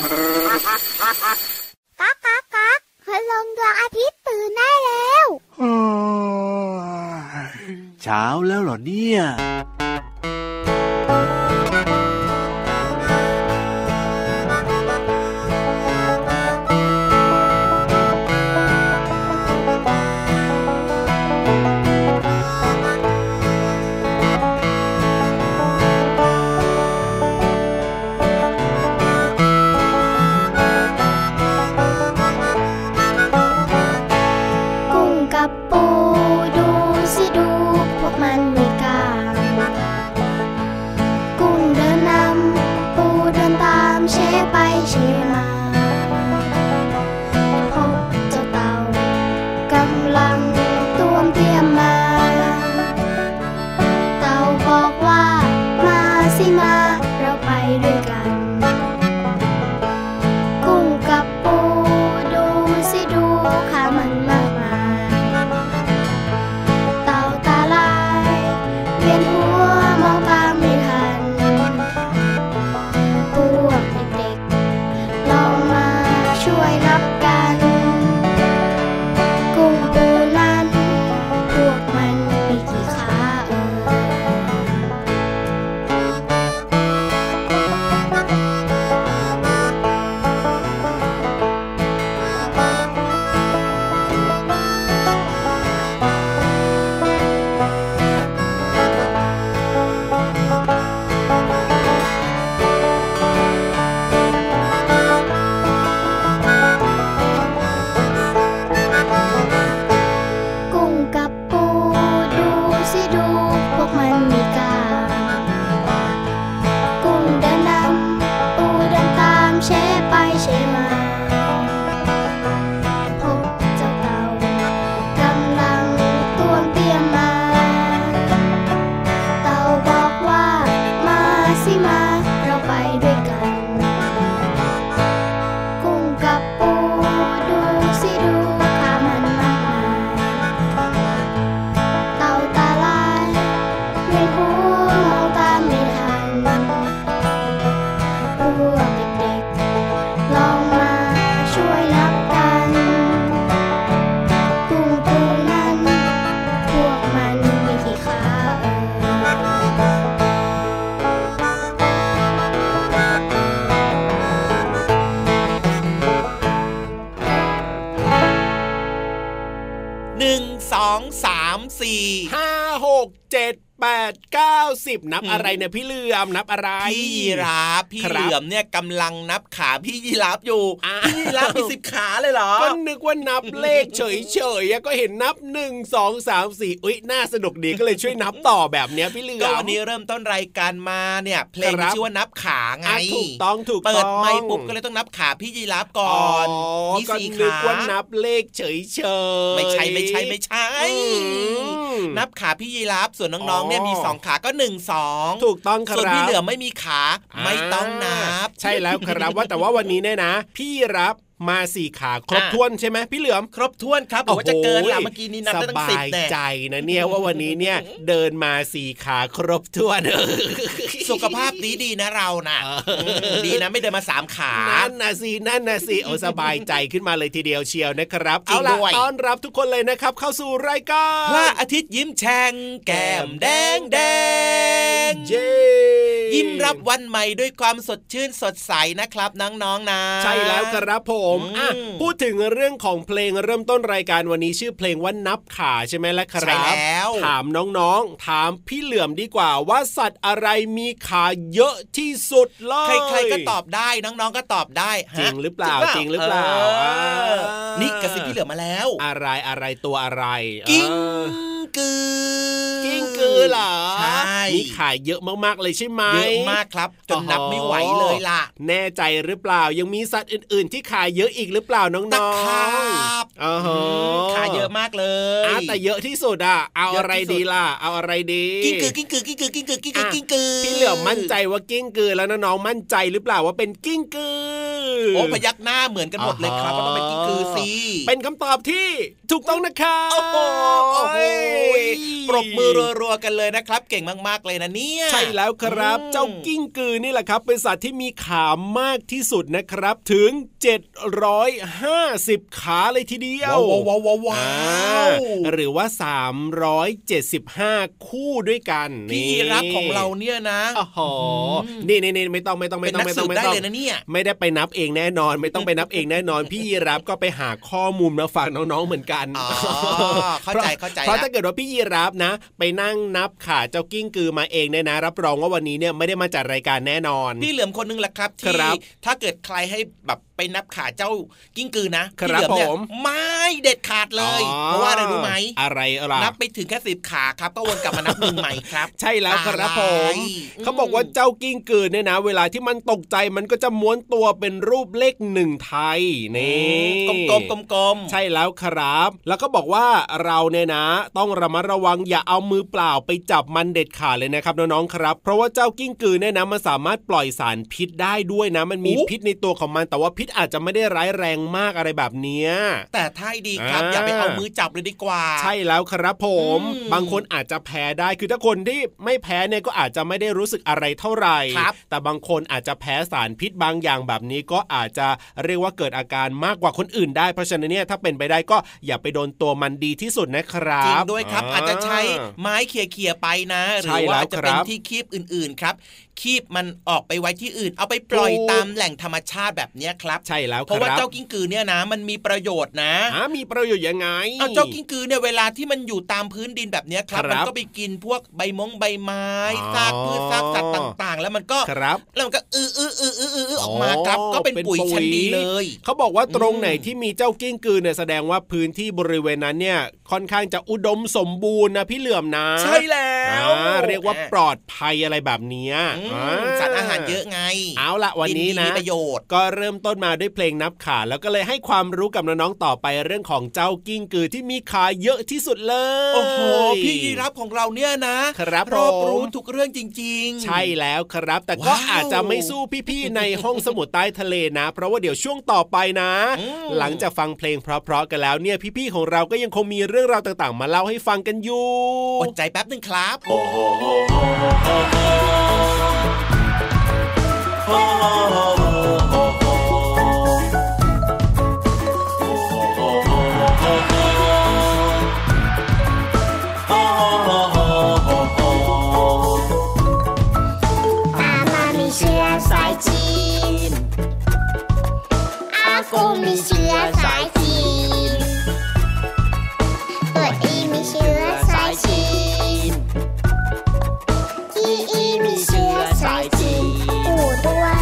ก๊ากก๊ากก๊ากพลังดวงอาทิตย์ตื่นได้แล้วเช้าแล้วเหรอเนี่ยนับอะไรเนี่ยพี่เหลือมนับอะไรพี่ยีราฟพี่เหลือมเนี่ยกำลังนับขาพี่ยีราฟอยู่พี่ยีราฟมี10 ขาเลยเหรอก็นึกว่านับเลขเฉยๆก็เห็นนับ1 2 3 4อุ๊ยน่าสนุกดีก็เลยช่วยนับต่อแบบเนี้ยพี่เหลือมก็วันนี้เริ่มต้นรายการมาเนี่ยเพลงชื่อว่านับขาไงถูกต้องเปิดไมค์ปุ๊บก็เลยต้องนับขาพี่ยีราฟก่อนมี4 ขานึกว่านับเลขเฉยๆไม่ใช่นับขาพี่ยีราฟส่วนน้องๆเนี่ยมี2 ขาก็1 2 ถูกต้องครับส่วนพี่เหลือไม่มีขาไม่ต้องนับใช่แล้วครับว่าแต่ว่าวันนี้เนี่ยนะพี่รับมา4 ขาครบถ้วนใช่ไหมพี่เหลือมครบถ้วนครับบอกว่าจะเกินละเมื่อกี้นี้นับได้ตั้ง10 แน่สบายใจนะเนี่ยว่าวันนี้เนี่ยเดินมา4 ขาครบถ้วนสุขภาพดีนะเรานะดีนะไม่เดินมา3 ขานั่นนะสิโอ้สบายใจขึ้นมาเลยทีเดียวเชียวนะครับเอาล่ะต้อนรับทุกคนเลยนะครับเข้าสู่รายการพระอาทิตย์ยิ้มแฉ่งแก้มแดงยิ้มรับวันใหม่ด้วยความสดชื่นสดใสนะครับน้องๆนะใช่แล้วครับผมพูดถึงเรื่องของเพลงเริ่มต้นรายการวันนี้ชื่อเพลงว่านับขาใช่ไหมล่ะครับใช่แล้วถามน้องๆถามพี่เหลือมดีกว่าว่าสัตว์อะไรมีขาเยอะที่สุดเลยใครๆก็ตอบได้น้องๆก็ตอบได้จริงหรือเปล่านี่กระซิบพี่เหลือมมาแล้วอะไรตัวอะไรกิ้งกือเหรอใช่มีขาเยอะมากๆเลยใช่ไหมเยอะมากครับจนนับไม่ไหวเลยล่ะแน่ใจหรือเปล่ายังมีสัตว์อื่นๆที่ขาเยอะอีกหรือเปล่าน้องๆตะขาบขาเยอะมากเลยแต่เยอะที่สุดเอาอะไรดีล่ะเอาอะไรดีกิ้งกือพี่เหลือมั่นใจว่ากิ้งกือแล้วน้องๆมั่นใจหรือเปล่าว่าเป็นกิ้งกือโอ้พยักหน้าเหมือนกันหมดเลยครับก็ต้องเป็นกิ้งกือสิเป็นคำตอบที่ถูกต้องนะครับปรบมือรัวๆกันเลยนะครับเก่งมากๆเลยนะเนี่ยใช่แล้วครับเจ้ากิ้งกือนี่แหละครับเป็นสัตว์ที่มีขามากที่สุดนะครับถึง750ขาเลยทีเดียวว้าวหรือว่า375คู่ด้วยกันพี่รับของเราเนี่ยนะโอ้โหนี่ไม่ต้องเป็นนักสืบได้เลยนะเนี่ยไม่ได้ไปนับเองแน่นอนไม่ต้องไปนับเองแน่นอนพี่ยีรับก็ไปหาข้อมูลมาฝากน้องๆเหมือนกันเข้าใจเพราะถ้าเกิดว่าพี่ยีรับนะไปนั่งนับขาเจ้ากิ้งกือมาเองเนี่ยนะรับรองว่าวันนี้เนี่ยไม่ได้มาจัดรายการแน่นอนพี่เหลือมคนนึงแหละครับที่ถ้าเกิดใครให้แบบไปนับขาเจ้ากิ้งกือนะพี่เหลือมเนี่ยไม่เด็ดขาดเลยเพราะว่าอะไรรู้ไหมอะไรนับไปถึงแค่10ขาครับก็วนกลับมานับหนึ่งใหม่ครับใช่แล้วครับผมเขาบอกว่าเจ้ากิ้งกือเนี่ยนะเวลาที่มันตกใจมันก็จะม้วนตัวเป็นรูปเลข1ไทยนี่กลมใช่แล้วครับแล้วก็บอกว่าเราเนี่ยนะต้องระมัดระวังอย่าเอามือเปล่าไปจับมันเด็ดขาดเลยนะครับน้องๆครับเพราะว่าเจ้ากิ้งกือเนี่ยนะมันสามารถปล่อยสารพิษได้ด้วยนะมันมีพิษในตัวของมันแต่ว่าพิษอาจจะไม่ได้ร้ายแรงมากอะไรแบบนี้แต่ถ้าดีครับอย่าไปเอามือจับเลยดีกว่าใช่แล้วครับผมบางคนอาจจะแพ้ได้คือถ้าคนที่ไม่แพ้เนี่ยก็อาจจะไม่ได้รู้สึกอะไรเท่าไหร่แต่บางคนอาจจะแพ้สารพิษบางอย่างแบบนี้ก็อาจจะเรียกว่าเกิดอาการมากกว่าคนอื่นได้เพราะฉะนั้นเนี่ยถ้าเป็นไปได้ก็อย่าไปโดนตัวมันดีที่สุดนะครับจริงด้วยครับอาจจะใช้ไม้เขี่ยๆไปนะหรือว่าจะเป็นที่คีบอื่นๆครับคีบมันออกไปไว้ที่อื่นเอาไปปล่อยตามแหล่งธรรมชาติแบบนี้ครับใช่แล้วเพราะว่าเจ้ากิ้งกือเนี่ยนะมันมีประโยชน์นะมีประโยชน์ยังไงเจ้ากิ้งกือเนี่ยเวลาที่มันอยู่ตามพื้นดินแบบนี้ครับมันก็ไปกินพวกใบไม้ซากพืชซากสัตว์ต่างๆแล้วมันก็ออกมาครับก็เป็นปุ๋ยชั้นดีเลยเขาบอกว่าตรงไหนที่มีเจ้ากิ้งกือเนี่ยแสดงว่าพื้นที่บริเวณนั้นเนี่ยค่อนข้างจะอุดมสมบูรณ์นะพี่เหลื่อมนะใช่แล้วเรียกว่าปลอดภัยอะไรแบบนี้สารอาหารเยอะไงเอาละวันนี้นะประโยชน์ก็เริ่มต้นมาด้วยเพลงนับขาแล้วก็เลยให้ความรู้กับน้องๆต่อไปเรื่องของเจ้ากิ้งกือที่มีขาเยอะที่สุดเลยโอ้โหพี่ยีรับของเราเนี่ยนะครับรอบรู้ทุกเรื่องจริงๆใช่แล้วครับแต่ก็อาจจะไม่สู้พี่ๆในห้องสมุดใต้ทะเลนะเพราะว่าเดี๋ยวช่วงต่อไปนะหลังจากฟังเพลงเพราะๆกันแล้วเนี่ยพี่ๆของเราก็ยังคงมีเรื่องราวต่างๆมาเล่าให้ฟังกันอยู่อดใจแป๊บนึงครับกูมีเชื้อสายจีนตัวอีมีเชื้อสายจีนอีมีเชื้อสายจีนอูด้วย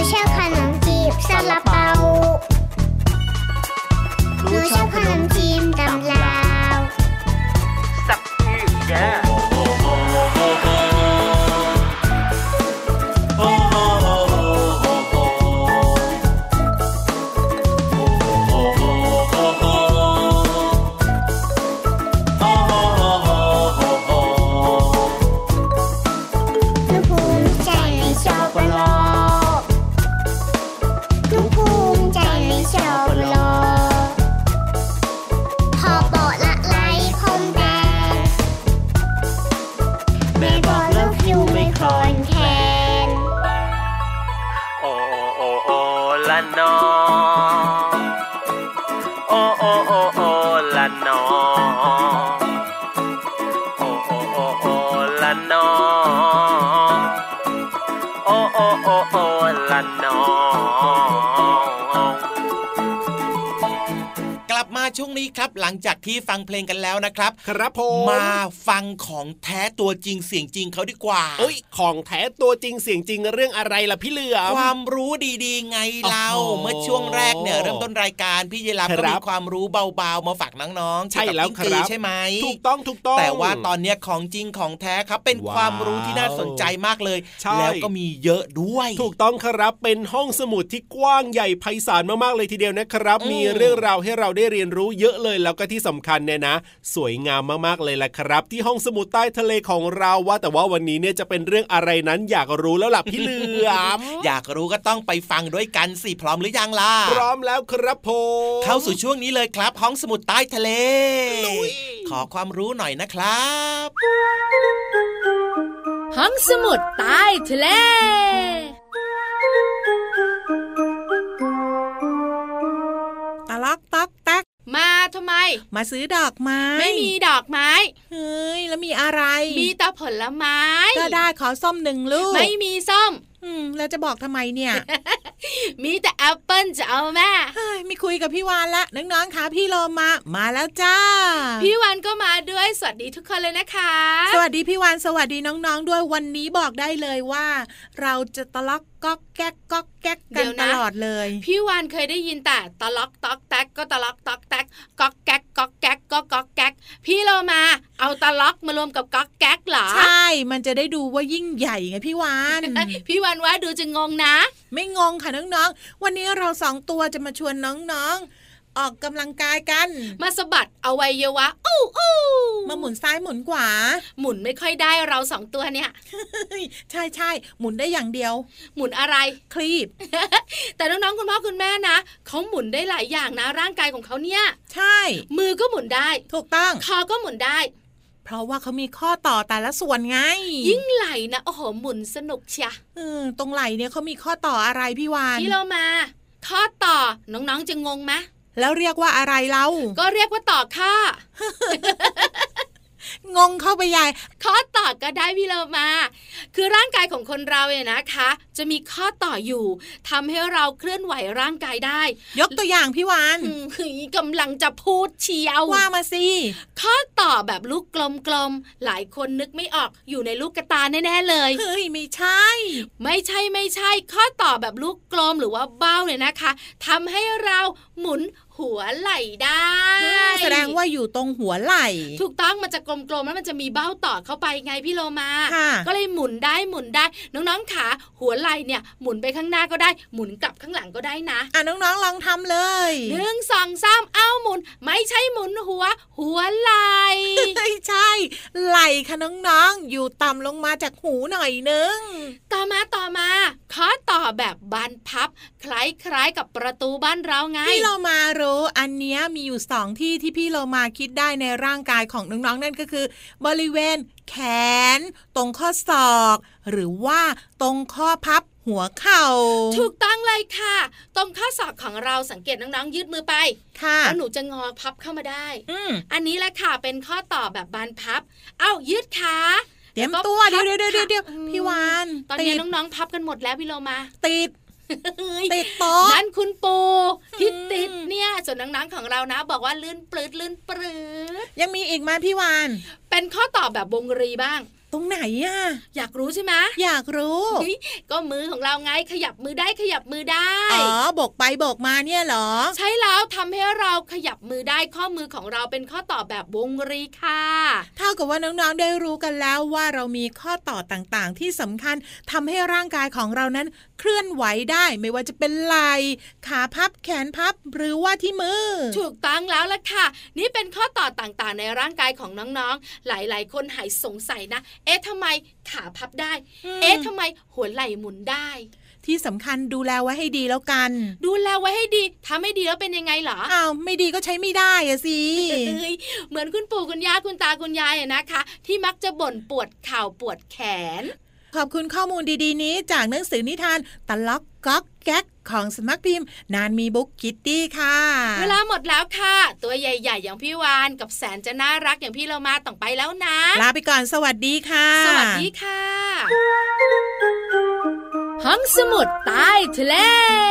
ชอบขนมจีบซาลาเปาหนูชอบขนมจีนตำลาวสับอื้อเด้อช่วงนี้ครับหลังจากที่ฟังเพลงกันแล้วนะครับครับผมมาฟังของแท้ตัวจริงเสียงจริงเขาดีกว่าเอ้ยของแท้ตัวจริงเสียงจริงเรื่องอะไรล่ะพี่เหลือมความรู้ดีๆไงเราเมื่อช่วงแรกเนี่ยเริ่มต้นรายการพี่ยีราฟก็มีความรู้เบาๆมาฝากน้องๆใช่แล้วครับใช่ไหมถูกต้องแต่ว่าตอนนี้ของจริงของแท้ครับเป็นความรู้ที่น่าสนใจมากเลยแล้วก็มีเยอะด้วยถูกต้องครับเป็นห้องสมุดที่กว้างใหญ่ไพศาลมากๆเลยทีเดียวนะครับมีเรื่องราวให้เราได้เรียนรู้เยอะเลยแล้วก็ที่สำคัญเนี่ยนะสวยงามมากๆเลยแหละครับที่ห้องสมุดใต้ทะเลของเราว่าแต่ว่าวันนี้เนี่ยจะเป็นเรื่องอะไรนั้นอยากรู้แล้วล่ะพี่เหลือมอยากรู้ก็ต้องไปฟังด้วยกันสิพร้อมหรือยังล่ะพร้อมแล้วครับผมเข้าสู่ช่วงนี้เลยครับห้องสมุดใต้ทะเลขอความรู้หน่อยนะครับห้องสมุดใต้ทะเลตะล็อกต๊อกแต๊กมาทำไมมาซื้อดอกไม้ไม่มีดอกไม้เฮ้ยแล้วมีอะไรมีแต่ผลไม้ก็ได้ขอส้ม1 ลูกไม่มีส้มแล้วจะบอกทำไมเนี่ยมีแต่แอปเปิ้ลจะเอาแม่มีคุยกับพี่วานละน้องๆค่ะพี่โลมาแล้วจ้าพี่วานก็มาด้วยสวัสดีทุกคนเลยนะคะสวัสดีพี่วานสวัสดีน้องๆด้วยวันนี้บอกได้เลยว่าเราจะตะล็อกก๊อกแก๊กก๊อกแก๊กกันตลอดเลยพี่วานเคยได้ยินแต่ตะล็อกต๊อกแต๊กก็ตะล็อกต๊อกแต๊กก๊อกแก๊กก๊อกแก๊กก็ก๊อกแก๊กพี่โลมาเอาตะล็อกมารวมกับก๊อกแก๊กเหรอใช่มันจะได้ดูว่ายิ่งใหญ่ไงพี่วานพี่วานว่าดูจะงงนะไม่งงค่ะน้องๆวันนี้เรา2 ตัวจะมาชวนน้องๆออกกำลังกายกันมาสะบัดอวัยวะอู้มาหมุนซ้ายหมุนขวาหมุนไม่ค่อยได้เรา2 ตัวเนี่ยใช่หมุนได้อย่างเดียวหมุนอะไรคลีปแต่น้องๆคุณพ่อคุณแม่นะเขาหมุนได้หลายอย่างนะร่างกายของเขาเนี่ยใช่มือก็หมุนได้ถูกต้องคอก็หมุนได้เพราะว่าเขามีข้อต่อแต่ละส่วนไงยิ่งไหลนะโอ้โหหมุนสนุกเชียตรงไหลเนี่ยเขามีข้อต่ออะไรพี่วานพี่เรามาข้อต่อน้องๆจะงงไหมแล้วเรียกว่าอะไรเราก็เรียกว่าต่อข้งงเข้าไปใหญ่ข้อต่อก็ได้พี่เรามาคือร่างกายของคนเราเนี่ยนะคะจะมีข้อต่ออยู่ทำให้เราเคลื่อนไหวร่างกายได้ยกตัวอย่างพี่วานกำลังจะพูดเชียวว่ามาสิข้อต่อแบบลูกกลมๆหลายคนนึกไม่ออกอยู่ในลูกกระตาแน่ๆเลยเฮ้ยไม่ใช่ข้อต่อแบบลูกกลมหรือว่าเบ้าเนี่ยนะคะทำให้เราหมุนหัวไหล่ได้แสดงว่าอยู่ตรงหัวไหล่ถูกต้องมันจะกลมๆแล้วมันจะมีเบ้าต่อเข้าไปไงพี่โลมาก็เลยหมุนได้น้องๆขาหัวไหล่เนี่ยหมุนไปข้างหน้าก็ได้หมุนกลับข้างหลังก็ได้นะน้องๆลองทำเลย 1 2 3เอาหมุนไม่ใช่หมุนหัวไหล่ใช่ไหล่ค่ะน้องๆอยู่ต่ำลงมาจากหูหน่อยนึงต่อมาข้อต่อแบบบานพับคล้ายๆกับประตูบ้านเราไงพี่โลมารู้อันนี้มีอยู่2 ที่ที่พี่โลมาคิดได้ในร่างกายของน้องๆนั่นก็คือบริเวณแขนตรงข้อศอกหรือว่าตรงข้อพับหัวเข่าถูกต้องเลยค่ะตรงข้อศอกของเราสังเกตน้องๆยืดมือไปแล้วหนูจะงอพับเข้ามาได้อันนี้แหละค่ะเป็นข้อต่อแบบบานพับยืดขาเตรียมตัวเดี๋ยวพี่วานตอนนี้น้องๆพับกันหมดแล้วพี่โลมาติดโต๊ะนั่นคุณปูที่ติดเนี่ยส่วนน้องๆของเรานะบอกว่าลื่นปลื้ดยังมีอีกไหมพี่วานเป็เป็นข้อตอบแบบวงรีบ้างตรงไหนอ่ะอยากรู้ใช่ไหมอยากรู้ก็มือของเราไงขยับมือได้ขยับมือได้อ๋อบกไปบกมาเนี่ยเหรอใช่แล้วทำให้เราขยับมือได้ข้อมือของเราเป็นข้อต่อแบบวงรีค่ะเท่ากับว่าน้องๆได้รู้กันแล้วว่าเรามีข้อต่อต่างๆที่สำคัญทำให้ร่างกายของเรานั้นเคลื่อนไหวได้ไม่ว่าจะเป็นไหล่ขาพับแขนพับหรือว่าที่มือถูกต้องแล้วล่ะค่ะนี่เป็นข้อต่อต่างๆในร่างกายของน้องๆหลายๆคนหายสงสัยนะทำไมขาพับได้ทำไมหัวไหล่หมุนได้ที่สำคัญดูแลไว้ให้ดีแล้วกันดูแลไว้ให้ดีถ้าไม่ดีแล้วเป็นยังไงเหรออ้าวไม่ดีก็ใช้ไม่ได้อะสิเหมือนคุณปู่คุณย่าคุณตาคุณยายนะคะที่มักจะบ่นปวดเข่าปวดแขนขอบคุณข้อมูลดีๆนี้จากหนังสือนิทานตะล็อกก๊อกแก๊กของสำนักพิมพ์นานมีบุ๊กคิตตี้ค่ะเวลาหมดแล้วค่ะตัวใหญ่ๆอย่างพี่วานกับแสนจะน่ารักอย่างพี่เรามาต้องไปแล้วนะลาไปก่อนสวัสดีค่ะสวัสดีค่ะห้องสมุดใต้ทะเล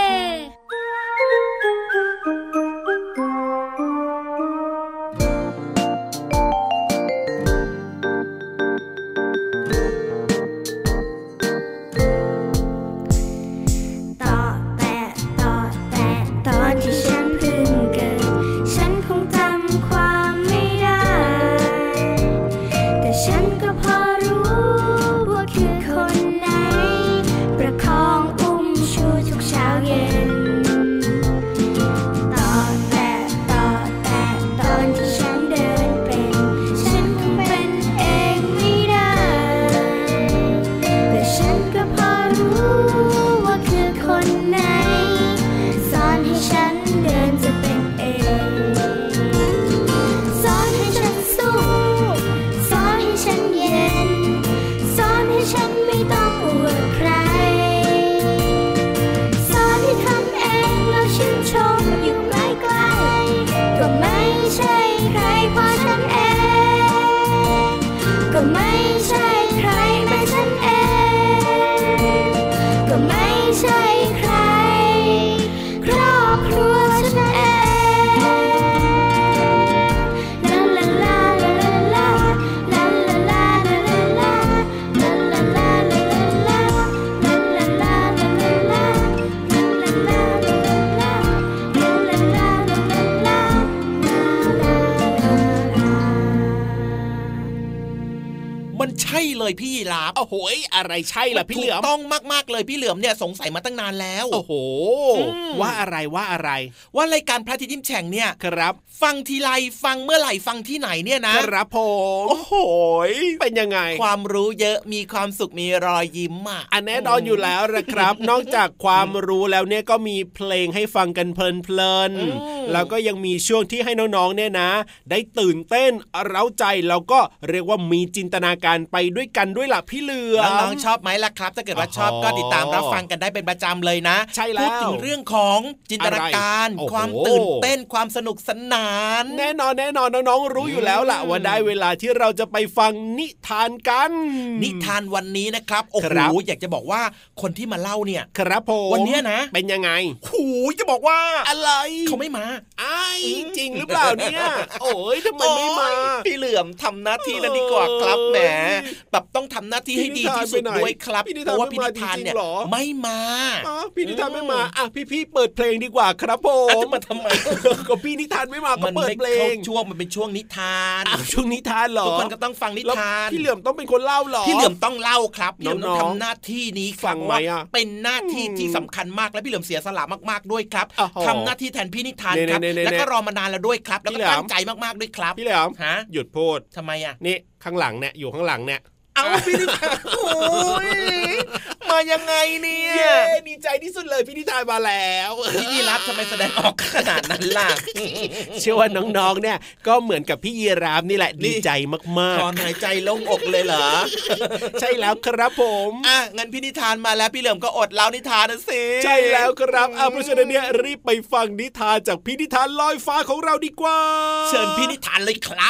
พี่ยีราฟโอ้โหอะไรใช่ล่ะพี่เหลือมถูกต้องมากๆเลยพี่เหลือมเนี่ยสงสัยมาตั้งนานแล้วโอ้โหว่าอะไรว่ารายการพระอาทิตย์ยิ้มแฉ่งเนี่ยครับฟังทีไรฟังเมื่อไหร่ฟังที่ไหนเนี่ยนะครับผมโอ้โหเป็นยังไงความรู้เยอะมีความสุขมีรอยยิ้มอ่ะอันแน่นอนอยู่แล้วนะครับ นอกจากความรู้แล้วเนี่ยก็มีเพลงให้ฟังกันเพลินๆแล้วก็ยังมีช่วงที่ให้น้องๆเนี่ยนะได้ตื่นเต้นเร้าใจแล้วก็เรียกว่ามีจินตนาการไปด้วยกันด้วยล่ะพี่เหลือมน้องๆชอบไหมล่ะครับถ้าเกิดว่าชอบก็ติดตามรับฟังกันได้เป็นประจำเลยนะใช่แล้วพูดถึงเรื่องของจินตนาการความตื่นเต้นความสนุกสนานแน่นอนน้องๆรู้อยู่แล้วล่ะว่าได้เวลาที่เราจะไปฟังนิทานกันนิทานวันนี้นะครับโอ้โหอยากจะบอกว่าคนที่มาเล่าเนี่ยครับผมวันนี้นะเป็นยังไงโอ้ยจะบอกว่าอะไรเขาไม่มาจริงหรือเปล่าเนี่ยโอ้ยทำไมไม่มาพี่เหลือมทำหน้าที่นั้นดีกว่าครับแหมแบบต้องทำหน้าที่ให้ดีที่สุดด้วยครับเพราะว่าพี่นิทานเนี่ยไม่มาพี่นิทานไม่มาพี่เปิดเพลงดีกว่าครับผมจะมาทำไมก็พี่นิทานไม่มาก็เปิดเพลงช่วงมันเป็นช่วงนิทานช่วงนิทานเหรอทุกคนก็ต้องฟังนิทานพี่เหลือมต้องเป็นคนเล่าเหรอพี่เหลือมต้องเล่าครับพี่เหลือมต้องทำหน้าที่นี้ฟังว่าเป็นหน้าที่ที่สำคัญมากและพี่เหลือมเสียสละมากๆด้วยครับทำหน้าที่แทนพี่นิทานครับแล้วก็รอมานานแล้วด้วยครับแล้วก็ตั้งใจมากๆด้วยครับพี่เหลือมหยุดพูดทำไมนี่ข้างหลังเนี่ยอยู่ข้างหลังเนี่ยเอาพี่นิทานโอ้ยมายังไงเนี่ยดีใจที่สุดเลยพี่นิทานมาแล้วพี่ยีรับทำไมแสดงออกขนาดนั้นล่ะเชื่อว่าน้องๆเนี่ยก็เหมือนกับพี่ยีราฟนี่แหละดีใจมากๆถอนหายใจโล่งอกเลยเหรอใช่แล้วครับผมงั้นพี่นิทานมาแล้วพี่เหลิมก็อดเล่านิทานนะสิใช่แล้วครับเพราะฉะนั้นเนี่ยรีบไปฟังนิทานจากพี่นิทานลอยฟ้าของเราดีกว่าเชิญพี่นิทานเลยครับ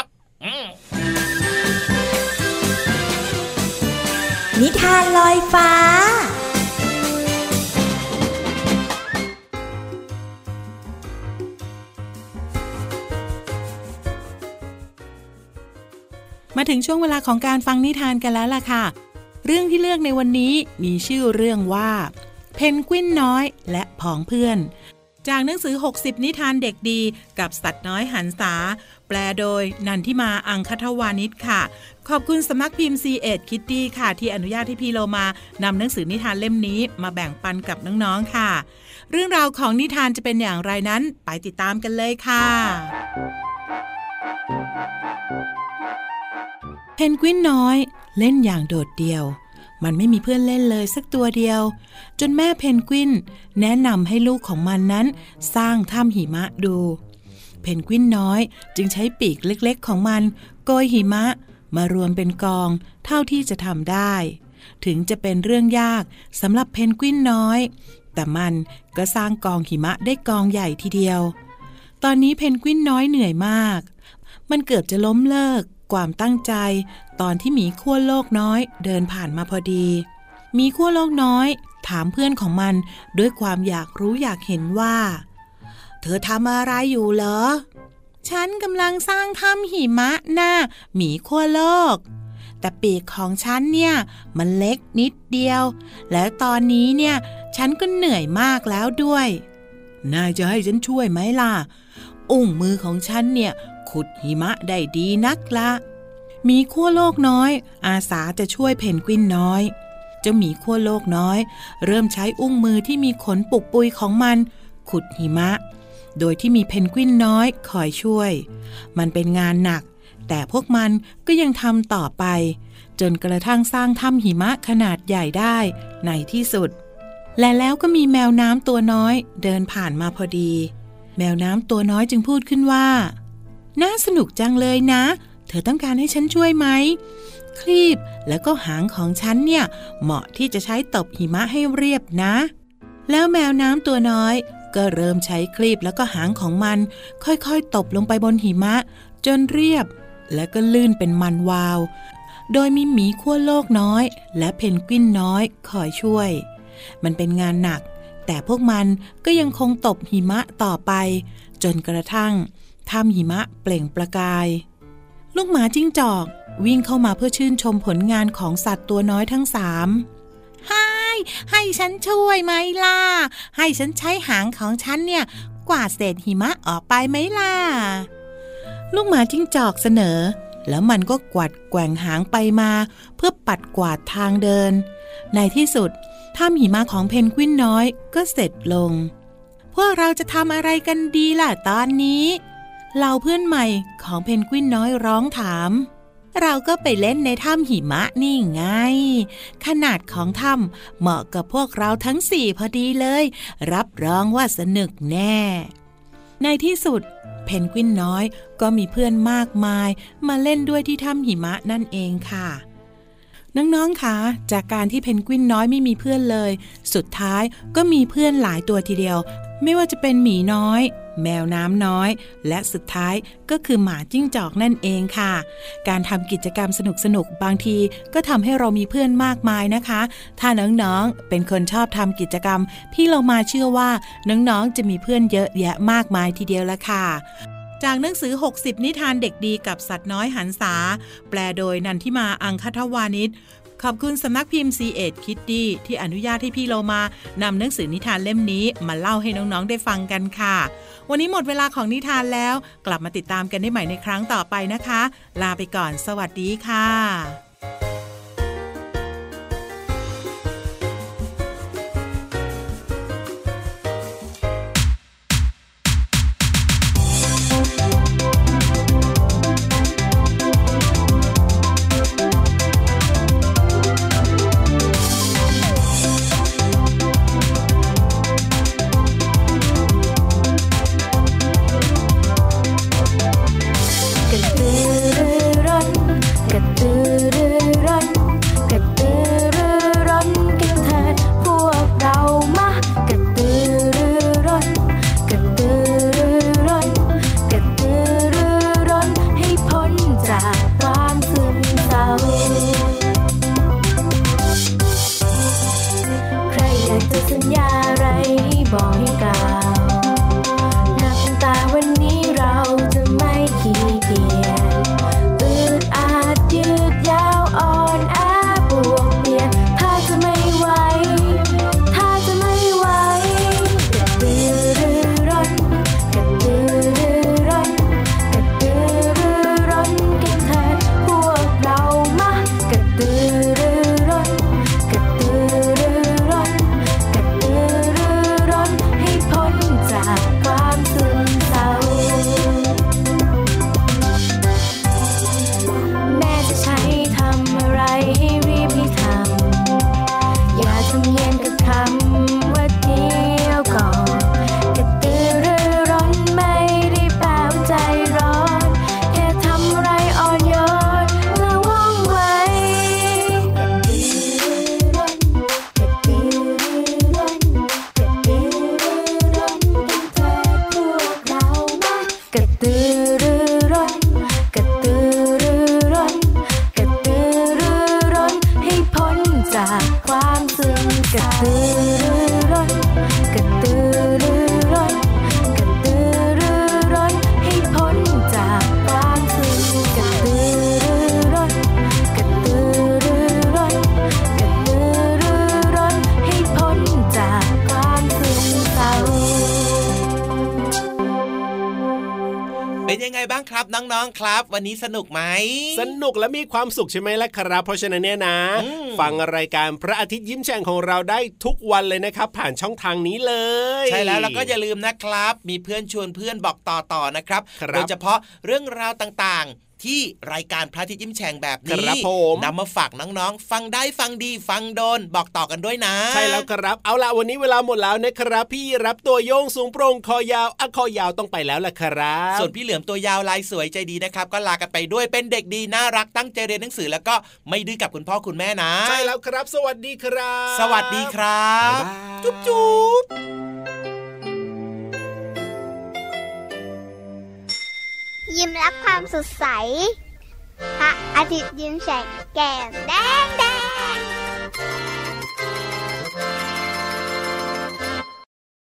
นิทานลอยฟ้ามาถึงช่วงเวลาของการฟังนิทานกันแล้วล่ะค่ะเรื่องที่เลือกในวันนี้มีชื่อเรื่องว่าเพนกวินน้อยและผองเพื่อนจากหนังสือ60นิทานเด็กดีกับสัตว์น้อยหันษาแปลโดยนันทิมาอังคทวานิชค่ะขอบคุณสำนักพิมพ์ C.Ed Kiddie ค่ะที่อนุญาตให้พี่โลมานำหนังสือนิทานเล่มนี้มาแบ่งปันกับน้องๆค่ะเรื่องราวของนิทานจะเป็นอย่างไรนั้นไปติดตามกันเลยค่ะเพนกวินน้อยเล่นอย่างโดดเดี่ยวมันไม่มีเพื่อนเล่นเลยสักตัวเดียวจนแม่เพนกวินแนะนำให้ลูกของมันนั้นสร้างถ้ำหิมะดูเพนกวินน้อยจึงใช้ปีกเล็กๆของมันโกยหิมะมารวมเป็นกองเท่าที่จะทำได้ถึงจะเป็นเรื่องยากสำหรับเพนกวินน้อยแต่มันก็สร้างกองหิมะได้กองใหญ่ทีเดียวตอนนี้เพนกวินน้อยเหนื่อยมากมันเกือบจะล้มเลิกความตั้งใจตอนที่หมีขั้วโลกน้อยเดินผ่านมาพอดีหมีขั้วโลกน้อยถามเพื่อนของมันด้วยความอยากรู้อยากเห็นว่าเธอทำอะไรอยู่เหรอฉันกำลังสร้างถ้ำหิมะน่ะหมีขั้วโลกแต่ปีกของฉันเนี่ยมันเล็กนิดเดียวแล้วตอนนี้เนี่ยฉันก็เหนื่อยมากแล้วด้วยนายจะให้ฉันช่วยไหมล่ะอุ้งมือของฉันเนี่ยขุดหิมะได้ดีนักละหมีขั้วโลกน้อยอาสาจะช่วยเพนกวินน้อยเจ้าหมีขั้วโลกน้อยเริ่มใช้อุ้งมือที่มีขนปุกปุยของมันขุดหิมะโดยที่มีเพนกวินน้อยคอยช่วยมันเป็นงานหนักแต่พวกมันก็ยังทำต่อไปจนกระทั่งสร้างถ้ำหิมะขนาดใหญ่ได้ในที่สุดและแล้วก็มีแมวน้ำตัวน้อยเดินผ่านมาพอดีแมวน้ำตัวน้อยจึงพูดขึ้นว่าน่าสนุกจังเลยนะเธอต้องการให้ฉันช่วยไหมครีบแล้วก็หางของฉันเนี่ยเหมาะที่จะใช้ตบหิมะให้เรียบนะแล้วแมวน้ำตัวน้อยก็เริ่มใช้ครีบแล้วก็หางของมันค่อยๆตบลงไปบนหิมะจนเรียบและก็ลื่นเป็นมันวาวโดยมีหมีขั้วโลกน้อยและเพนกวินน้อยคอยช่วยมันเป็นงานหนักแต่พวกมันก็ยังคงตบหิมะต่อไปจนกระทั่งถ้ำหิมะเปล่งประกายลูกหมาจิ้งจอกวิ่งเข้ามาเพื่อชื่นชมผลงานของสัตว์ตัวน้อยทั้ง3ให้ฉันช่วยไหมล่ะให้ฉันใช้หางของฉันเนี่ยกวาดเศษหิมะออกไปไหมล่ะลูกหมาจิ้งจอกเสนอแล้วมันก็กวาดแกว่งหางไปมาเพื่อปัดกวาดทางเดินในที่สุดถ้ำหิมะของเพนกวินน้อยก็เสร็จลงพวกเราจะทำอะไรกันดีล่ะตอนนี้เหล่าเพื่อนใหม่ของเพนกวินน้อยร้องถามเราก็ไปเล่นในถ้ำหิมะนี่ไงขนาดของถ้ำเหมาะกับพวกเราทั้ง4พอดีเลยรับรองว่าสนุกแน่ในที่สุดเพนกวินน้อยก็มีเพื่อนมากมายมาเล่นด้วยที่ถ้ำหิมะนั่นเองค่ะน้องๆคะจากการที่เพนกวินน้อยไม่มีเพื่อนเลยสุดท้ายก็มีเพื่อนหลายตัวทีเดียวไม่ว่าจะเป็นหมีน้อยแมวน้ำน้อยและสุดท้ายก็คือหมาจิ้งจอกนั่นเองค่ะการทำกิจกรรมสนุกๆบางทีก็ทำให้เรามีเพื่อนมากมายนะคะถ้าน้องๆเป็นคนชอบทำกิจกรรมพี่เรามาเชื่อว่าน้องๆจะมีเพื่อนเยอะแยะมากมายทีเดียวละค่ะจากหนังสือ60นิทานเด็กดีกับสัตว์น้อยหันษาแปลโดยนันทิมาอังคทวานิชขอบคุณสำนักพิมพ์ C.Ed Kiddie ที่อนุญาตให้พี่โลมานำหนังสือนิทานเล่มนี้มาเล่าให้น้องๆได้ฟังกันค่ะวันนี้หมดเวลาของนิทานแล้วกลับมาติดตามกันได้ใหม่ในครั้งต่อไปนะคะลาไปก่อนสวัสดีค่ะกระตือรือร้นกระตือรือเป็นยังไงบ้างครับน้องๆครับวันนี้สนุกไหมสนุกและมีความสุขใช่ไหมล่ะครับเพราะฉะนั้นเนี่ยนะฟังรายการพระอาทิตย์ยิ้มแฉ่งของเราได้ทุกวันเลยนะครับผ่านช่องทางนี้เลยใช่แล้วก็อย่าลืมนะครับมีเพื่อนชวนเพื่อนบอกต่อนะครับโดยเฉพาะเรื่องราวต่างๆที่รายการพระอาทิตย์ยิ้มแฉ่งแบบนี้นำมาฝากน้องๆฟังได้ฟังดีฟังโดนบอกต่อกันด้วยนะใช่แล้วครับเอาล่ะวันนี้เวลาหมดแล้วนะครับพี่รับตัวโยงสูงโปร่งคอยาวคอยาวต้องไปแล้วล่ะครับส่วนพี่เหลือมตัวยาวลายสวยใจดีนะครับก็ลากันไปด้วยเป็นเด็กดีน่ารักตั้งใจเรียนหนังสือแล้วก็ไม่ดื้อกับคุณพ่อคุณแม่นะใช่แล้วครับสวัสดีครับสวัสดีครับจุ๊บจุ๊บยิ้มรับความสดใสพระอาทิตย์ยิ้มแฉกแก้มแดง